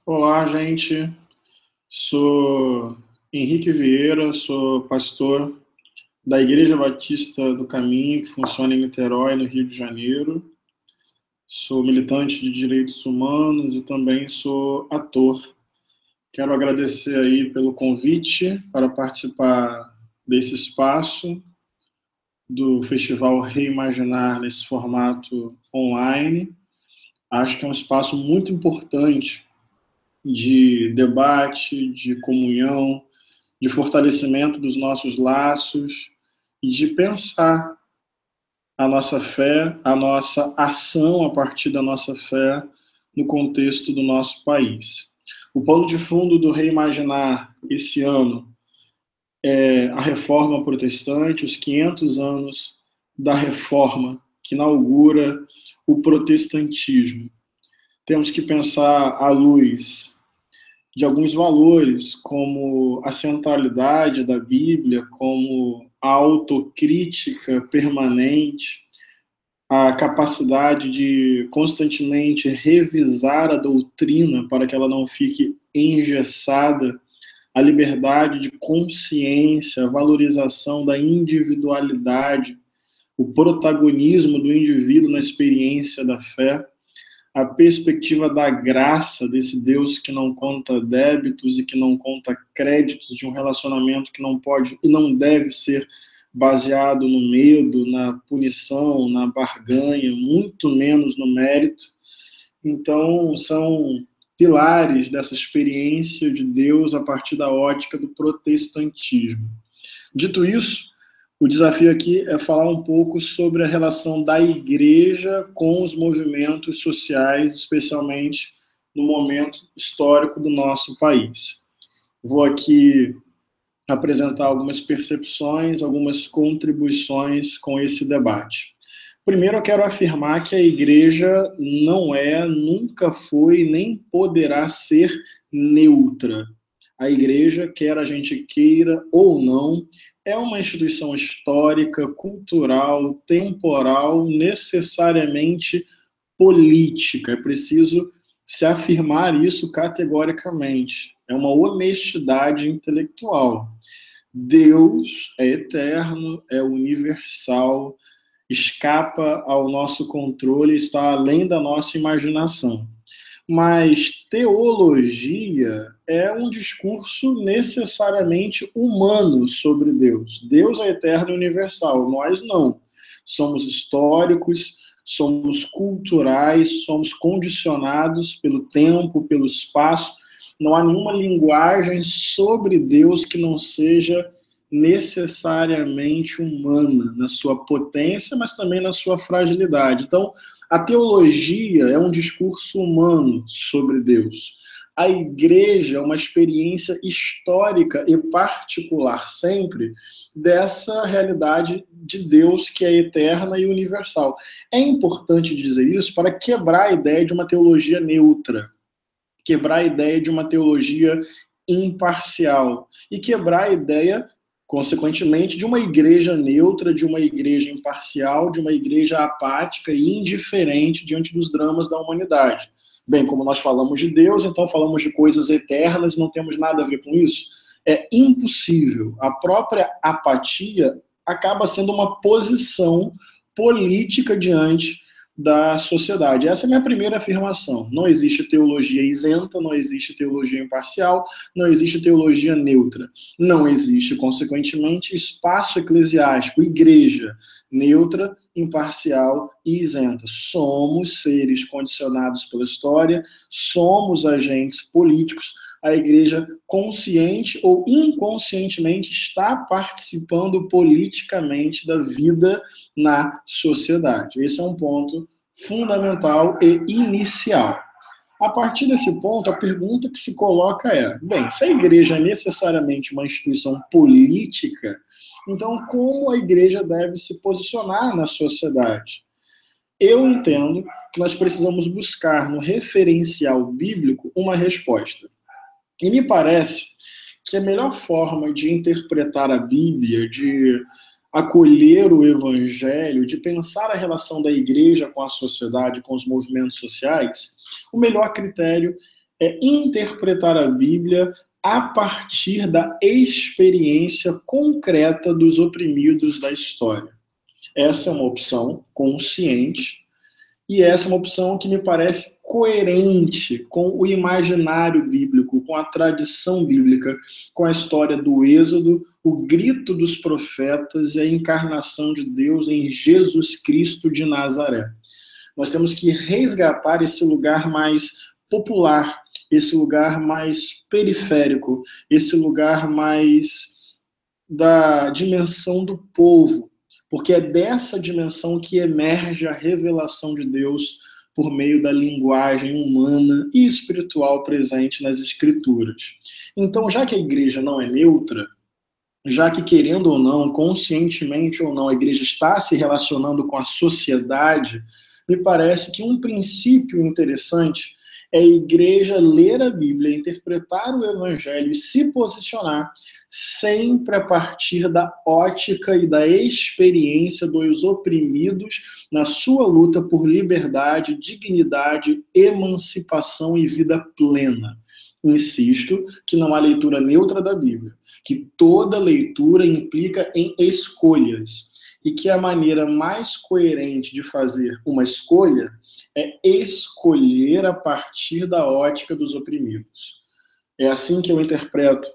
Olá, gente. Sou Henrique Vieira, sou pastor da Igreja Batista do Caminho, que funciona em Niterói, no Rio de Janeiro. Sou militante de direitos humanos e também sou ator. Quero agradecer aí pelo convite para participar desse espaço do Festival Reimaginar nesse formato online. Acho que é um espaço muito importante de debate, de comunhão, de fortalecimento dos nossos laços e de pensar a nossa fé, a nossa ação a partir da nossa fé no contexto do nosso país. O pano de fundo do Reimaginar esse ano é a Reforma Protestante, os 500 anos da Reforma que inaugura o protestantismo. Temos que pensar à luz de alguns valores, como a centralidade da Bíblia, como a autocrítica permanente, a capacidade de constantemente revisar a doutrina para que ela não fique engessada, a liberdade de consciência, a valorização da individualidade, o protagonismo do indivíduo na experiência da fé, a perspectiva da graça desse Deus que não conta débitos e que não conta créditos, de um relacionamento que não pode e não deve ser baseado no medo, na punição, na barganha, muito menos no mérito. Então, são pilares dessa experiência de Deus a partir da ótica do protestantismo. Dito isso, o desafio aqui é falar um pouco sobre a relação da igreja com os movimentos sociais, especialmente no momento histórico do nosso país. Vou aqui apresentar algumas percepções, algumas contribuições com esse debate. Primeiro, eu quero afirmar que a igreja não é, nunca foi, nem poderá ser neutra. A igreja, quer a gente queira ou não, é uma instituição histórica, cultural, temporal, necessariamente política. É preciso se afirmar isso categoricamente. É uma honestidade intelectual. Deus é eterno, é universal, escapa ao nosso controle, está além da nossa imaginação. Mas teologia é um discurso necessariamente humano sobre Deus. Deus é eterno e universal, nós não. Somos históricos, somos culturais, somos condicionados pelo tempo, pelo espaço. Não há nenhuma linguagem sobre Deus que não seja necessariamente humana na sua potência, mas também na sua fragilidade. Então, a teologia é um discurso humano sobre Deus. A igreja é uma experiência histórica e particular sempre dessa realidade de Deus que é eterna e universal. É importante dizer isso para quebrar a ideia de uma teologia neutra, quebrar a ideia de uma teologia imparcial e quebrar a ideia, consequentemente, de uma igreja neutra, de uma igreja imparcial, de uma igreja apática e indiferente diante dos dramas da humanidade. Bem, como nós falamos de Deus, então falamos de coisas eternas, não temos nada a ver com isso. É impossível. A própria apatia acaba sendo uma posição política diante da sociedade. Essa é a minha primeira afirmação. Não existe teologia isenta, não existe teologia imparcial, não existe teologia neutra. Não existe, consequentemente, espaço eclesiástico, igreja neutra, imparcial e isenta. Somos seres condicionados pela história, somos agentes políticos. A igreja, consciente ou inconscientemente, está participando politicamente da vida na sociedade. Esse é um ponto fundamental e inicial. A partir desse ponto, a pergunta que se coloca é: bem, se a igreja é necessariamente uma instituição política, então como a igreja deve se posicionar na sociedade? Eu entendo que nós precisamos buscar no referencial bíblico uma resposta. E me parece que a melhor forma de interpretar a Bíblia, de acolher o Evangelho, de pensar a relação da igreja com a sociedade, com os movimentos sociais, o melhor critério é interpretar a Bíblia a partir da experiência concreta dos oprimidos da história. Essa é uma opção consciente, e essa é uma opção que me parece coerente com o imaginário bíblico, com a tradição bíblica, com a história do Êxodo, o grito dos profetas e a encarnação de Deus em Jesus Cristo de Nazaré. Nós temos que resgatar esse lugar mais popular, esse lugar mais periférico, esse lugar mais da dimensão do povo, porque é dessa dimensão que emerge a revelação de Deus por meio da linguagem humana e espiritual presente nas Escrituras. Então, já que a igreja não é neutra, já que, querendo ou não, conscientemente ou não, a igreja está se relacionando com a sociedade, me parece que um princípio interessante é a igreja ler a Bíblia, interpretar o Evangelho e se posicionar sempre a partir da ótica e da experiência dos oprimidos na sua luta por liberdade, dignidade, emancipação e vida plena. Insisto que não há leitura neutra da Bíblia, que toda leitura implica em escolhas e que a maneira mais coerente de fazer uma escolha é escolher a partir da ótica dos oprimidos. É assim que eu interpreto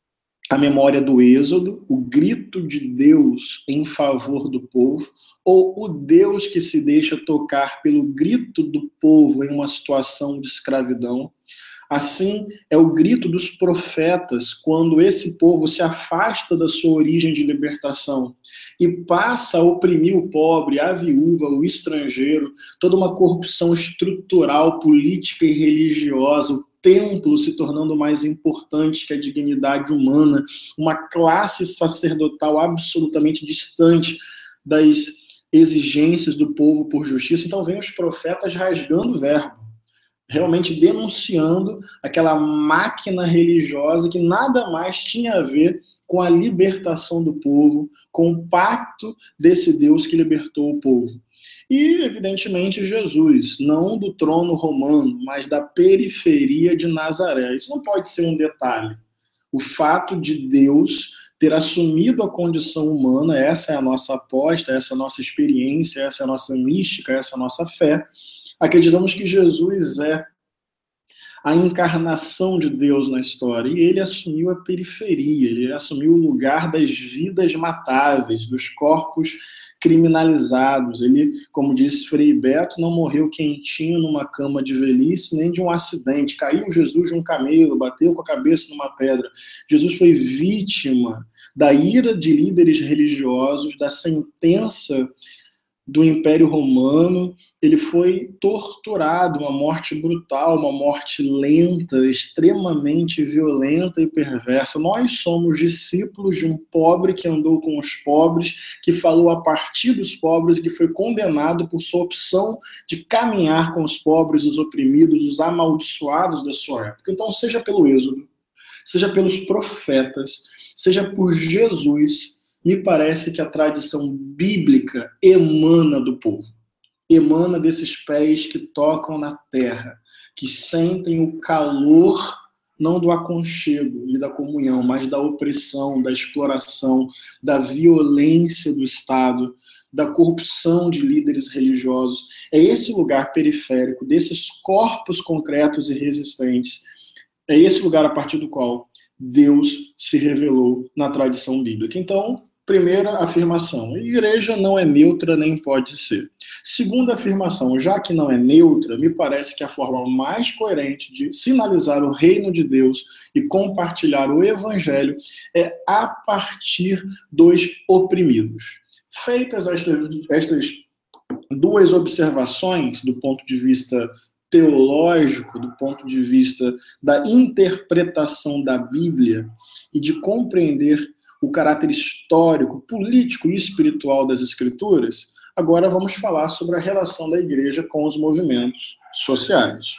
a memória do Êxodo, o grito de Deus em favor do povo, ou o Deus que se deixa tocar pelo grito do povo em uma situação de escravidão. Assim, é o grito dos profetas quando esse povo se afasta da sua origem de libertação e passa a oprimir o pobre, a viúva, o estrangeiro, toda uma corrupção estrutural, política e religiosa, o templo se tornando mais importante que a dignidade humana, uma classe sacerdotal absolutamente distante das exigências do povo por justiça. Então, vem os profetas rasgando o verbo, realmente denunciando aquela máquina religiosa que nada mais tinha a ver com a libertação do povo, com o pacto desse Deus que libertou o povo. E, evidentemente, Jesus, não do trono romano, mas da periferia de Nazaré. Isso não pode ser um detalhe. O fato de Deus ter assumido a condição humana, essa é a nossa aposta, essa é a nossa experiência, essa é a nossa mística, essa é a nossa fé. Acreditamos que Jesus é a encarnação de Deus na história, e ele assumiu a periferia, ele assumiu o lugar das vidas matáveis, dos corpos criminalizados. Ele, como disse Frei Beto, não morreu quentinho numa cama de velhice, nem de um acidente. Caiu Jesus de um camelo, bateu com a cabeça numa pedra. Jesus foi vítima da ira de líderes religiosos, da sentença do Império Romano. Ele foi torturado, uma morte brutal, uma morte lenta, extremamente violenta e perversa. Nós somos discípulos de um pobre que andou com os pobres, que falou a partir dos pobres e que foi condenado por sua opção de caminhar com os pobres, os oprimidos, os amaldiçoados da sua época. Então, seja pelo Êxodo, seja pelos profetas, seja por Jesus, me parece que a tradição bíblica emana do povo, emana desses pés que tocam na terra, que sentem o calor, não do aconchego e da comunhão, mas da opressão, da exploração, da violência do Estado, da corrupção de líderes religiosos. É esse lugar periférico, desses corpos concretos e resistentes, é esse lugar a partir do qual Deus se revelou na tradição bíblica. Então, primeira afirmação, a igreja não é neutra nem pode ser. Segunda afirmação, já que não é neutra, me parece que a forma mais coerente de sinalizar o reino de Deus e compartilhar o evangelho é a partir dos oprimidos. Feitas estas duas observações do ponto de vista teológico, do ponto de vista da interpretação da Bíblia e de compreender o caráter histórico, político e espiritual das Escrituras, agora vamos falar sobre a relação da igreja com os movimentos sociais.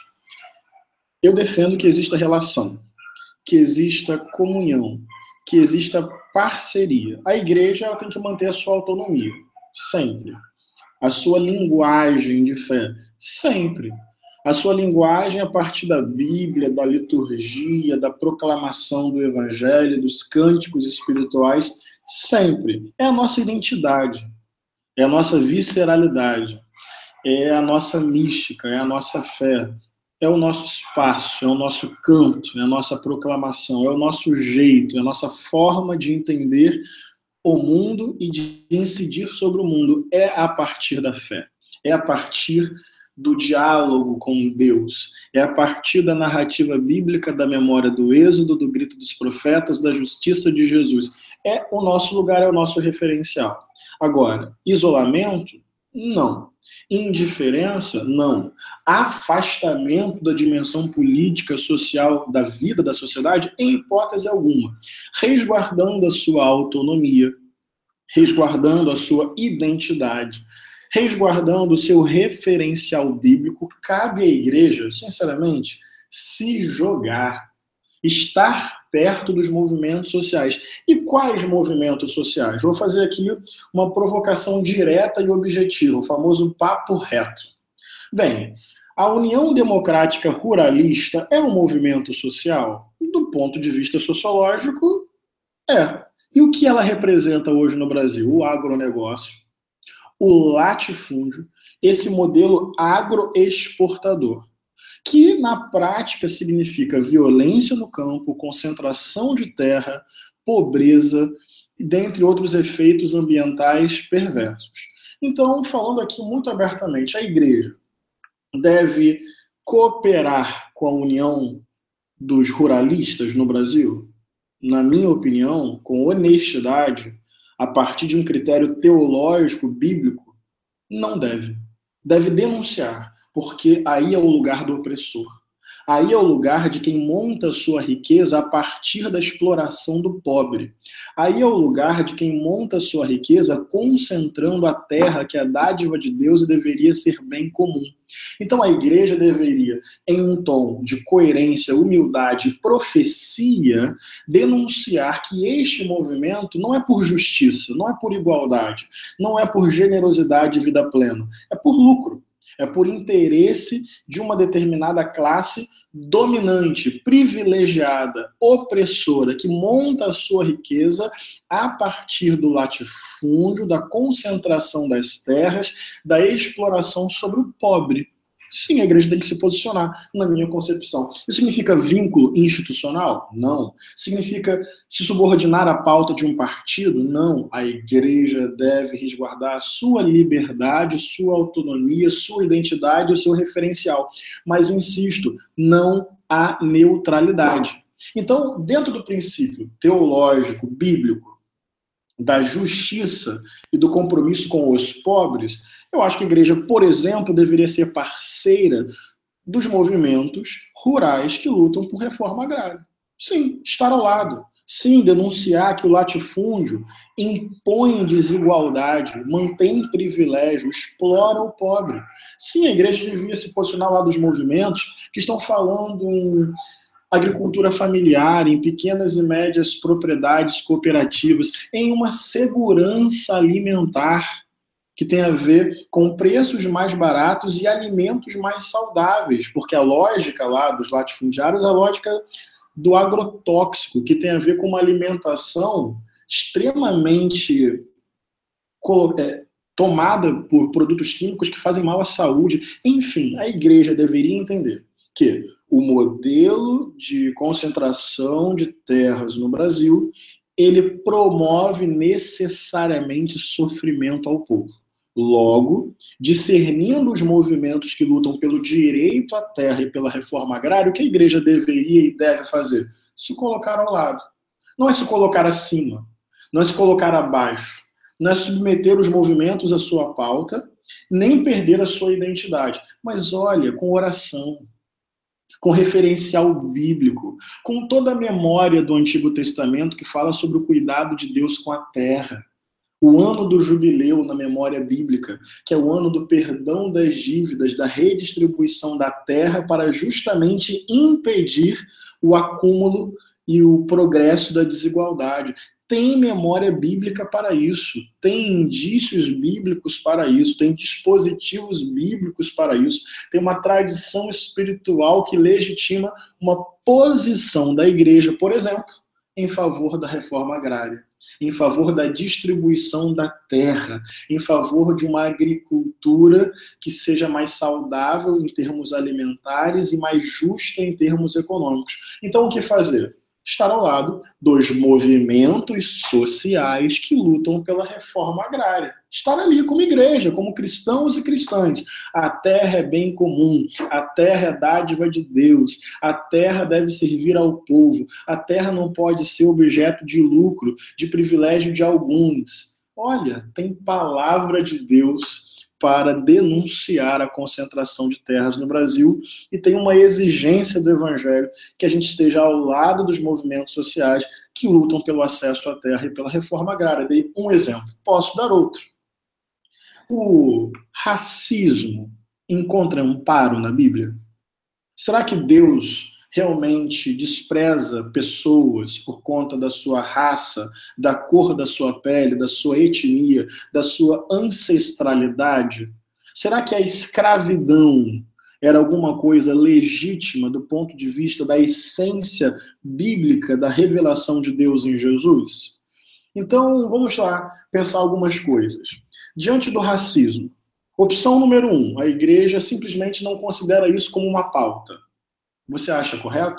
Eu defendo que exista relação, que exista comunhão, que exista parceria. A igreja ela tem que manter a sua autonomia, sempre. A sua linguagem de fé, sempre. A sua linguagem a partir da Bíblia, da liturgia, da proclamação do Evangelho, dos cânticos espirituais, sempre. É a nossa identidade, é a nossa visceralidade, é a nossa mística, é a nossa fé, é o nosso espaço, é o nosso canto, é a nossa proclamação, é o nosso jeito, é a nossa forma de entender o mundo e de incidir sobre o mundo. É a partir da fé, é a partir do diálogo com Deus, é a partir da narrativa bíblica, da memória do Êxodo, do grito dos profetas, da justiça de Jesus. É o nosso lugar, é o nosso referencial. Agora, isolamento? Não. Indiferença? Não. Afastamento da dimensão política, social, da vida da sociedade? Em hipótese alguma. Resguardando a sua autonomia, resguardando a sua identidade, resguardando o seu referencial bíblico, cabe à igreja, sinceramente, se jogar, estar perto dos movimentos sociais. E quais movimentos sociais? Vou fazer aqui uma provocação direta e objetiva, o famoso papo reto. Bem, a União Democrática Ruralista é um movimento social? Do ponto de vista sociológico, é. E o que ela representa hoje no Brasil? O agronegócio, o latifúndio, esse modelo agroexportador, que na prática significa violência no campo, concentração de terra, pobreza, dentre outros efeitos ambientais perversos. Então, falando aqui muito abertamente, a igreja deve cooperar com a união dos ruralistas no Brasil? Na minha opinião, com honestidade, a partir de um critério teológico, bíblico, não deve. Deve denunciar, porque aí é o lugar do opressor. Aí é o lugar de quem monta sua riqueza a partir da exploração do pobre. Aí é o lugar de quem monta sua riqueza concentrando a terra, que é a dádiva de Deus e deveria ser bem comum. Então a igreja deveria, em um tom de coerência, humildade e profecia, denunciar que este movimento não é por justiça, não é por igualdade, não é por generosidade e vida plena, é por lucro. É por interesse de uma determinada classe dominante, privilegiada, opressora, que monta a sua riqueza a partir do latifúndio, da concentração das terras, da exploração sobre o pobre. Sim, a igreja tem que se posicionar, na minha concepção. Isso significa vínculo institucional? Não. Significa se subordinar à pauta de um partido? Não. A igreja deve resguardar a sua liberdade, sua autonomia, sua identidade, o seu referencial. Mas, insisto, não há neutralidade. Então, dentro do princípio teológico, bíblico, da justiça e do compromisso com os pobres, eu acho que a igreja, por exemplo, deveria ser parceira dos movimentos rurais que lutam por reforma agrária. Sim, estar ao lado. Sim, denunciar que o latifúndio impõe desigualdade, mantém privilégio, explora o pobre. Sim, a igreja devia se posicionar ao lado dos movimentos que estão falando em agricultura familiar, em pequenas e médias propriedades cooperativas, em uma segurança alimentar que tem a ver com preços mais baratos e alimentos mais saudáveis, porque a lógica lá dos latifundiários é a lógica do agrotóxico, que tem a ver com uma alimentação extremamente tomada por produtos químicos que fazem mal à saúde. Enfim, a igreja deveria entender que o modelo de concentração de terras no Brasil, ele promove necessariamente sofrimento ao povo. Logo, discernindo os movimentos que lutam pelo direito à terra e pela reforma agrária, o que a igreja deveria e deve fazer? Se colocar ao lado. Não é se colocar acima, não é se colocar abaixo, não é submeter os movimentos à sua pauta, nem perder a sua identidade. Mas olha, com oração, com referencial bíblico, com toda a memória do Antigo Testamento que fala sobre o cuidado de Deus com a terra. O ano do jubileu na memória bíblica, que é o ano do perdão das dívidas, da redistribuição da terra para justamente impedir o acúmulo e o progresso da desigualdade. tem memória bíblica para isso, tem indícios bíblicos para isso, tem dispositivos bíblicos para isso, tem uma tradição espiritual que legitima uma posição da igreja, por exemplo, em favor da reforma agrária, em favor da distribuição da terra, em favor de uma agricultura que seja mais saudável em termos alimentares e mais justa em termos econômicos. Então, o que fazer? Estar ao lado dos movimentos sociais que lutam pela reforma agrária. Estar ali como igreja, como cristãos e cristãs. A terra é bem comum, a terra é dádiva de Deus, a terra deve servir ao povo, a terra não pode ser objeto de lucro, de privilégio de alguns. Olha, tem palavra de Deus para denunciar a concentração de terras no Brasil e tem uma exigência do Evangelho que a gente esteja ao lado dos movimentos sociais que lutam pelo acesso à terra e pela reforma agrária. Dei um exemplo, posso dar outro. O racismo encontra amparo na Bíblia? Será que Deus realmente despreza pessoas por conta da sua raça, da cor da sua pele, da sua etnia, da sua ancestralidade? Será que a escravidão era alguma coisa legítima do ponto de vista da essência bíblica da revelação de Deus em Jesus? Então, vamos lá pensar algumas coisas. Diante do racismo, opção número 1, a igreja simplesmente não considera isso como uma pauta. Você acha correto?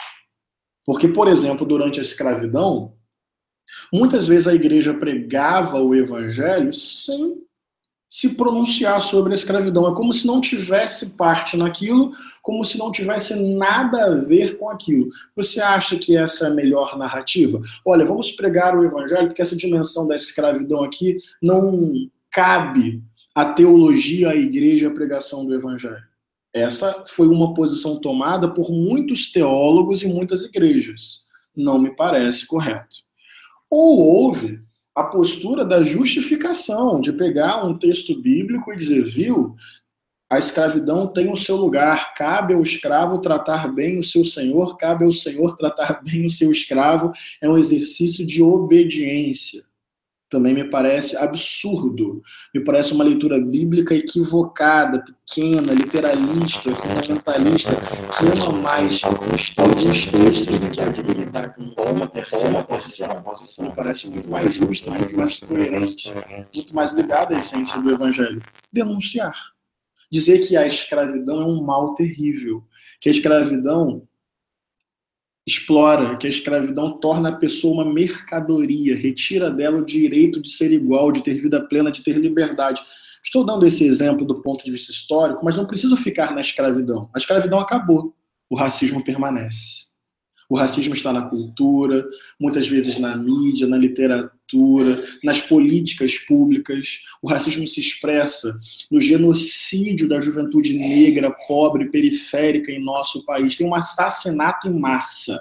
Porque, por exemplo, durante a escravidão, muitas vezes a igreja pregava o evangelho sem se pronunciar sobre a escravidão. É como se não tivesse parte naquilo, como se não tivesse nada a ver com aquilo. Você acha que essa é a melhor narrativa? Olha, vamos pregar o evangelho, porque essa dimensão da escravidão aqui não cabe à teologia, à igreja, à pregação do evangelho. Essa foi uma posição tomada por muitos teólogos e muitas igrejas. Não me parece correto. Ou houve a postura da justificação, de pegar um texto bíblico e dizer, viu, a escravidão tem o seu lugar, cabe ao escravo tratar bem o seu senhor, cabe ao senhor tratar bem o seu escravo, é um exercício de obediência. Também me parece absurdo, me parece uma leitura bíblica equivocada, pequena, literalista, fundamentalista, que ama mais alguns textos do que a divinidade. Uma terceira posição me parece muito mais justa, muito mais coerente, muito mais ligada à essência do Evangelho. Denunciar. Dizer que a escravidão é um mal terrível, que a escravidão explora, que a escravidão torna a pessoa uma mercadoria, retira dela o direito de ser igual, de ter vida plena, de ter liberdade. Estou dando esse exemplo do ponto de vista histórico, mas não preciso ficar na escravidão. A escravidão acabou, o racismo permanece. O racismo está na cultura, muitas vezes na mídia, na literatura, nas políticas públicas. O racismo se expressa no genocídio da juventude negra, pobre, periférica em nosso país. Tem um assassinato em massa.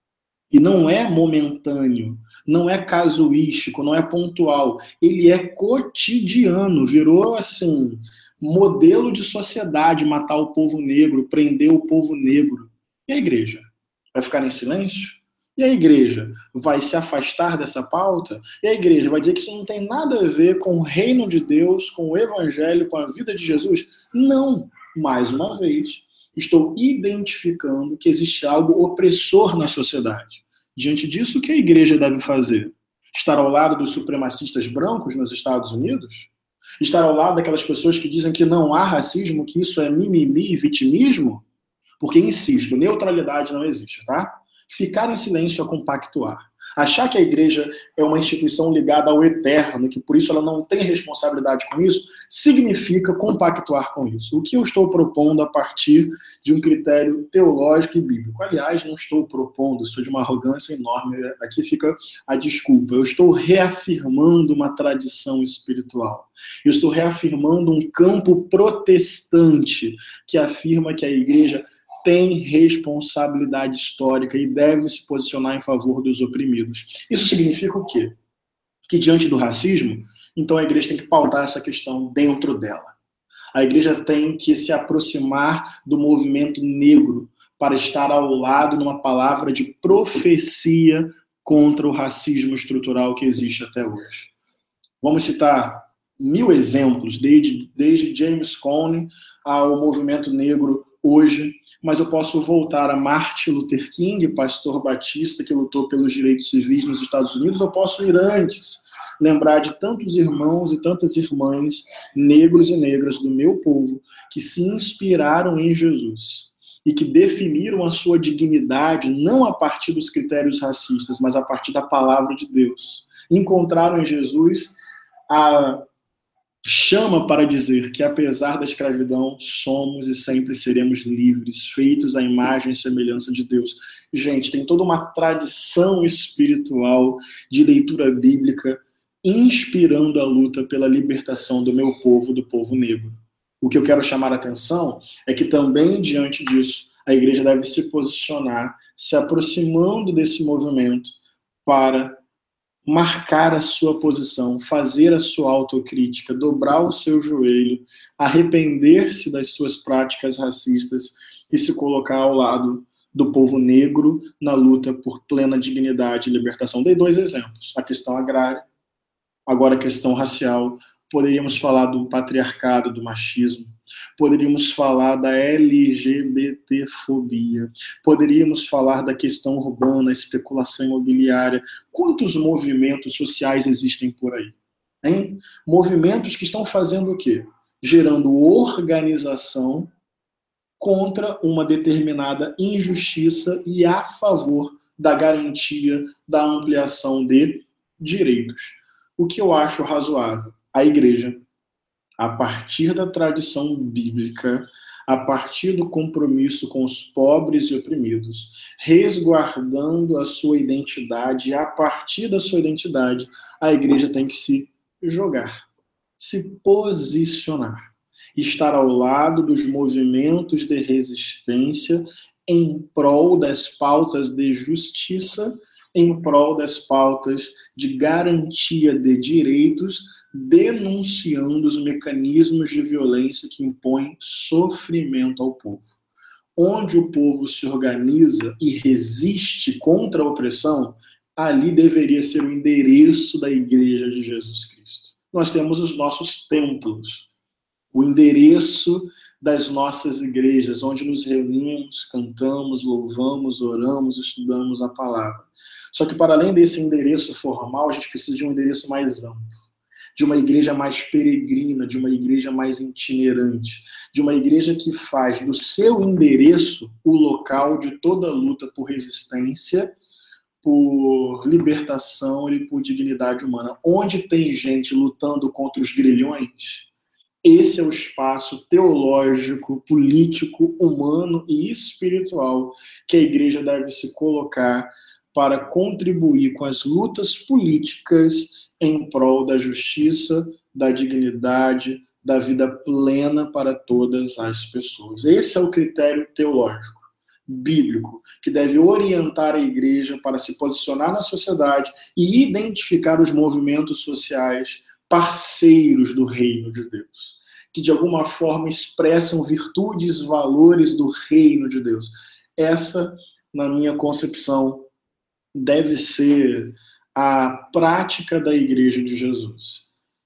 E não é momentâneo, não é casuístico, não é pontual. Ele é cotidiano, virou assim, modelo de sociedade, matar o povo negro, prender o povo negro. E a igreja? Vai ficar em silêncio? E a igreja vai se afastar dessa pauta? E a igreja vai dizer que isso não tem nada a ver com o reino de Deus, com o evangelho, com a vida de Jesus? Não. Mais uma vez, estou identificando que existe algo opressor na sociedade. Diante disso, o que a igreja deve fazer? Estar ao lado dos supremacistas brancos nos Estados Unidos? Estar ao lado daquelas pessoas que dizem que não há racismo, que isso é mimimi e vitimismo? Porque, insisto, neutralidade não existe, tá? Ficar em silêncio é compactuar. Achar que a igreja é uma instituição ligada ao eterno, que por isso ela não tem responsabilidade com isso, significa compactuar com isso. O que eu estou propondo a partir de um critério teológico e bíblico. Aliás, não estou propondo, sou de uma arrogância enorme, aqui fica a desculpa. Eu estou reafirmando uma tradição espiritual. Eu estou reafirmando um campo protestante que afirma que a igreja tem responsabilidade histórica e deve se posicionar em favor dos oprimidos. Isso significa o quê? Que diante do racismo, então a igreja tem que pautar essa questão dentro dela. A igreja tem que se aproximar do movimento negro para estar ao lado numa palavra de profecia contra o racismo estrutural que existe até hoje. Vamos citar 1000 exemplos, desde James Cone ao movimento negro hoje, mas eu posso voltar a Martin Luther King, pastor batista que lutou pelos direitos civis nos Estados Unidos. Eu posso ir antes, lembrar de tantos irmãos e tantas irmãs, negros e negras do meu povo, que se inspiraram em Jesus e que definiram a sua dignidade não a partir dos critérios racistas, mas a partir da palavra de Deus. Encontraram em Jesus a chama para dizer que, apesar da escravidão, somos e sempre seremos livres, feitos à imagem e semelhança de Deus. Gente, tem toda uma tradição espiritual de leitura bíblica inspirando a luta pela libertação do meu povo, do povo negro. O que eu quero chamar a atenção é que também, diante disso, a igreja deve se posicionar, se aproximando desse movimento para marcar a sua posição, fazer a sua autocrítica, dobrar o seu joelho, arrepender-se das suas práticas racistas e se colocar ao lado do povo negro na luta por plena dignidade e libertação. Dei 2 exemplos, a questão agrária, agora a questão racial. Poderíamos falar do patriarcado, do machismo, poderíamos falar da LGBTfobia, poderíamos falar da questão urbana, especulação imobiliária. Quantos movimentos sociais existem por aí? Hein? Movimentos que estão fazendo o quê? Gerando organização contra uma determinada injustiça e a favor da garantia da ampliação de direitos. O que eu acho razoável? A igreja, a partir da tradição bíblica, a partir do compromisso com os pobres e oprimidos, resguardando a sua identidade, e a partir da sua identidade, a igreja tem que se jogar, se posicionar, estar ao lado dos movimentos de resistência em prol das pautas de justiça, em prol das pautas de garantia de direitos, denunciando os mecanismos de violência que impõem sofrimento ao povo. Onde o povo se organiza e resiste contra a opressão, ali deveria ser o endereço da Igreja de Jesus Cristo. Nós temos os nossos templos, o endereço das nossas igrejas, onde nos reunimos, cantamos, louvamos, oramos, estudamos a palavra. Só que, para além desse endereço formal, a gente precisa de um endereço mais amplo, de uma igreja mais peregrina, de uma igreja mais itinerante, de uma igreja que faz do seu endereço o local de toda luta por resistência, por libertação e por dignidade humana. Onde tem gente lutando contra os grilhões, esse é o espaço teológico, político, humano e espiritual que a igreja deve se colocar para contribuir com as lutas políticas em prol da justiça, da dignidade, da vida plena para todas as pessoas. Esse é o critério teológico, bíblico, que deve orientar a igreja para se posicionar na sociedade e identificar os movimentos sociais parceiros do reino de Deus, que de alguma forma expressam virtudes, valores do reino de Deus. Essa, na minha concepção, deve ser a prática da Igreja de Jesus.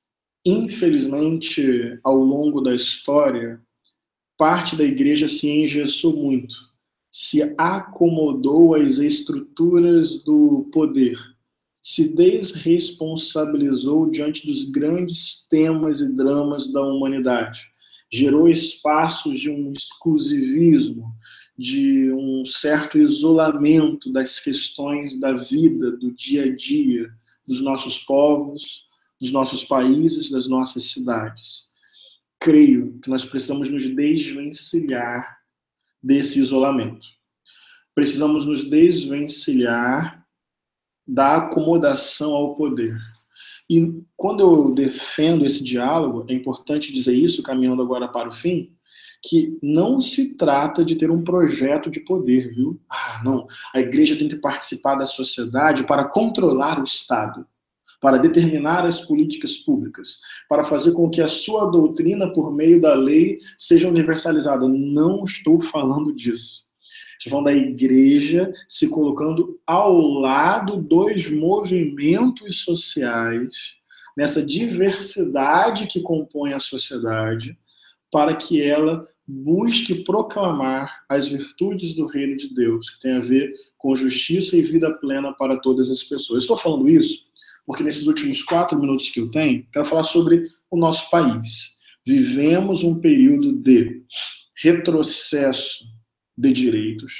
Infelizmente, ao longo da história, parte da igreja se engessou muito, se acomodou às estruturas do poder, se desresponsabilizou diante dos grandes temas e dramas da humanidade, gerou espaços de um exclusivismo, de um certo isolamento das questões da vida, do dia a dia, dos nossos povos, dos nossos países, das nossas cidades. Creio que nós precisamos nos desvencilhar desse isolamento. Precisamos nos desvencilhar da acomodação ao poder. E quando eu defendo esse diálogo, é importante dizer isso, caminhando agora para o fim, que não se trata de ter um projeto de poder, viu? Não, a igreja tem que participar da sociedade para controlar o Estado, para determinar as políticas públicas, para fazer com que a sua doutrina, por meio da lei, seja universalizada. Não estou falando disso. Estou falando da igreja se colocando ao lado dos movimentos sociais, nessa diversidade que compõe a sociedade, para que ela busque proclamar as virtudes do reino de Deus, que tem a ver com justiça e vida plena para todas as pessoas. Estou falando isso porque nesses últimos 4 minutos que eu tenho, quero falar sobre o nosso país. Vivemos um período de retrocesso de direitos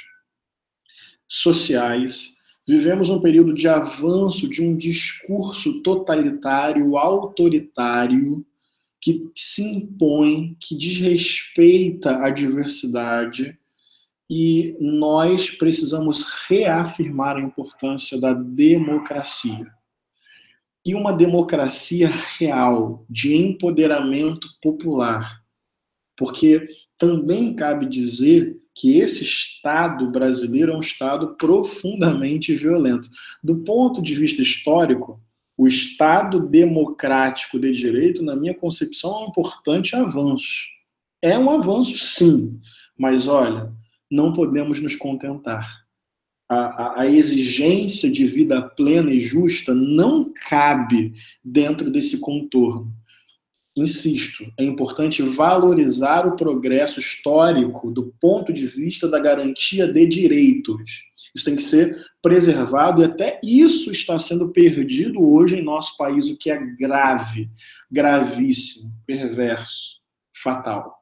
sociais, vivemos um período de avanço de um discurso totalitário, autoritário, que se impõe, que desrespeita a diversidade, e nós precisamos reafirmar a importância da democracia. E uma democracia real, de empoderamento popular. Porque também cabe dizer que esse Estado brasileiro é um Estado profundamente violento. Do ponto de vista histórico, o Estado democrático de direito, na minha concepção, é um importante avanço. É um avanço, sim, mas olha, não podemos nos contentar. A exigência de vida plena e justa não cabe dentro desse contorno. Insisto, é importante valorizar o progresso histórico do ponto de vista da garantia de direitos. Isso tem que ser preservado e até isso está sendo perdido hoje em nosso país, o que é grave, gravíssimo, perverso, fatal.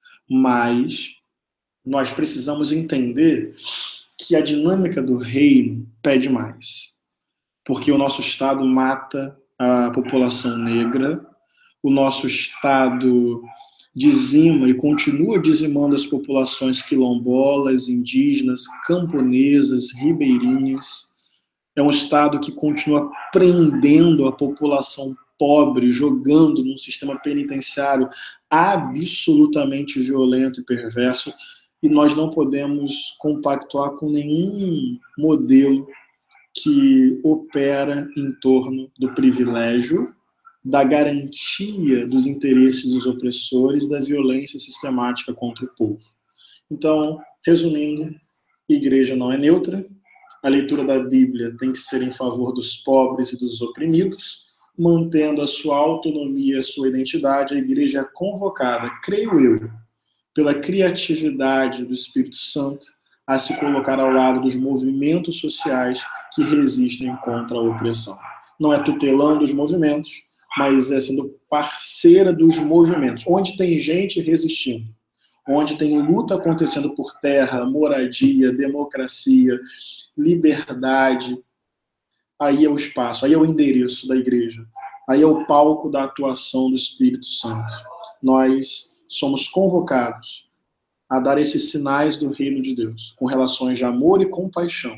Mas nós precisamos entender que a dinâmica do reino pede mais. Porque o nosso Estado mata a população negra, o nosso Estado dizima e continua dizimando as populações quilombolas, indígenas, camponesas, ribeirinhas. É um Estado que continua prendendo a população pobre, jogando num sistema penitenciário absolutamente violento e perverso, e nós não podemos compactuar com nenhum modelo que opera em torno do privilégio, da garantia dos interesses dos opressores, da violência sistemática contra o povo. Então, resumindo, a igreja não é neutra, a leitura da Bíblia tem que ser em favor dos pobres e dos oprimidos, mantendo a sua autonomia, a sua identidade. A igreja é convocada, creio eu, pela criatividade do Espírito Santo, a se colocar ao lado dos movimentos sociais que resistem contra a opressão. Não é tutelando os movimentos, mas é sendo parceira dos movimentos. Onde tem gente resistindo, onde tem luta acontecendo por terra, moradia, democracia, liberdade, aí é o espaço, aí é o endereço da igreja, aí é o palco da atuação do Espírito Santo. Nós somos convocados a dar esses sinais do reino de Deus, com relações de amor e compaixão,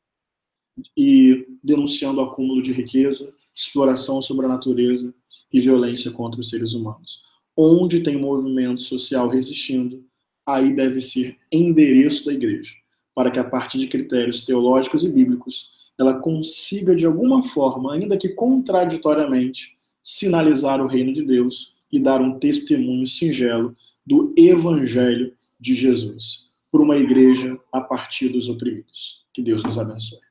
e denunciando o acúmulo de riqueza, exploração sobre a natureza e violência contra os seres humanos. Onde tem movimento social resistindo, aí deve ser endereço da igreja, para que a partir de critérios teológicos e bíblicos, ela consiga de alguma forma, ainda que contraditoriamente, sinalizar o reino de Deus e dar um testemunho singelo do Evangelho de Jesus, por uma igreja a partir dos oprimidos. Que Deus nos abençoe.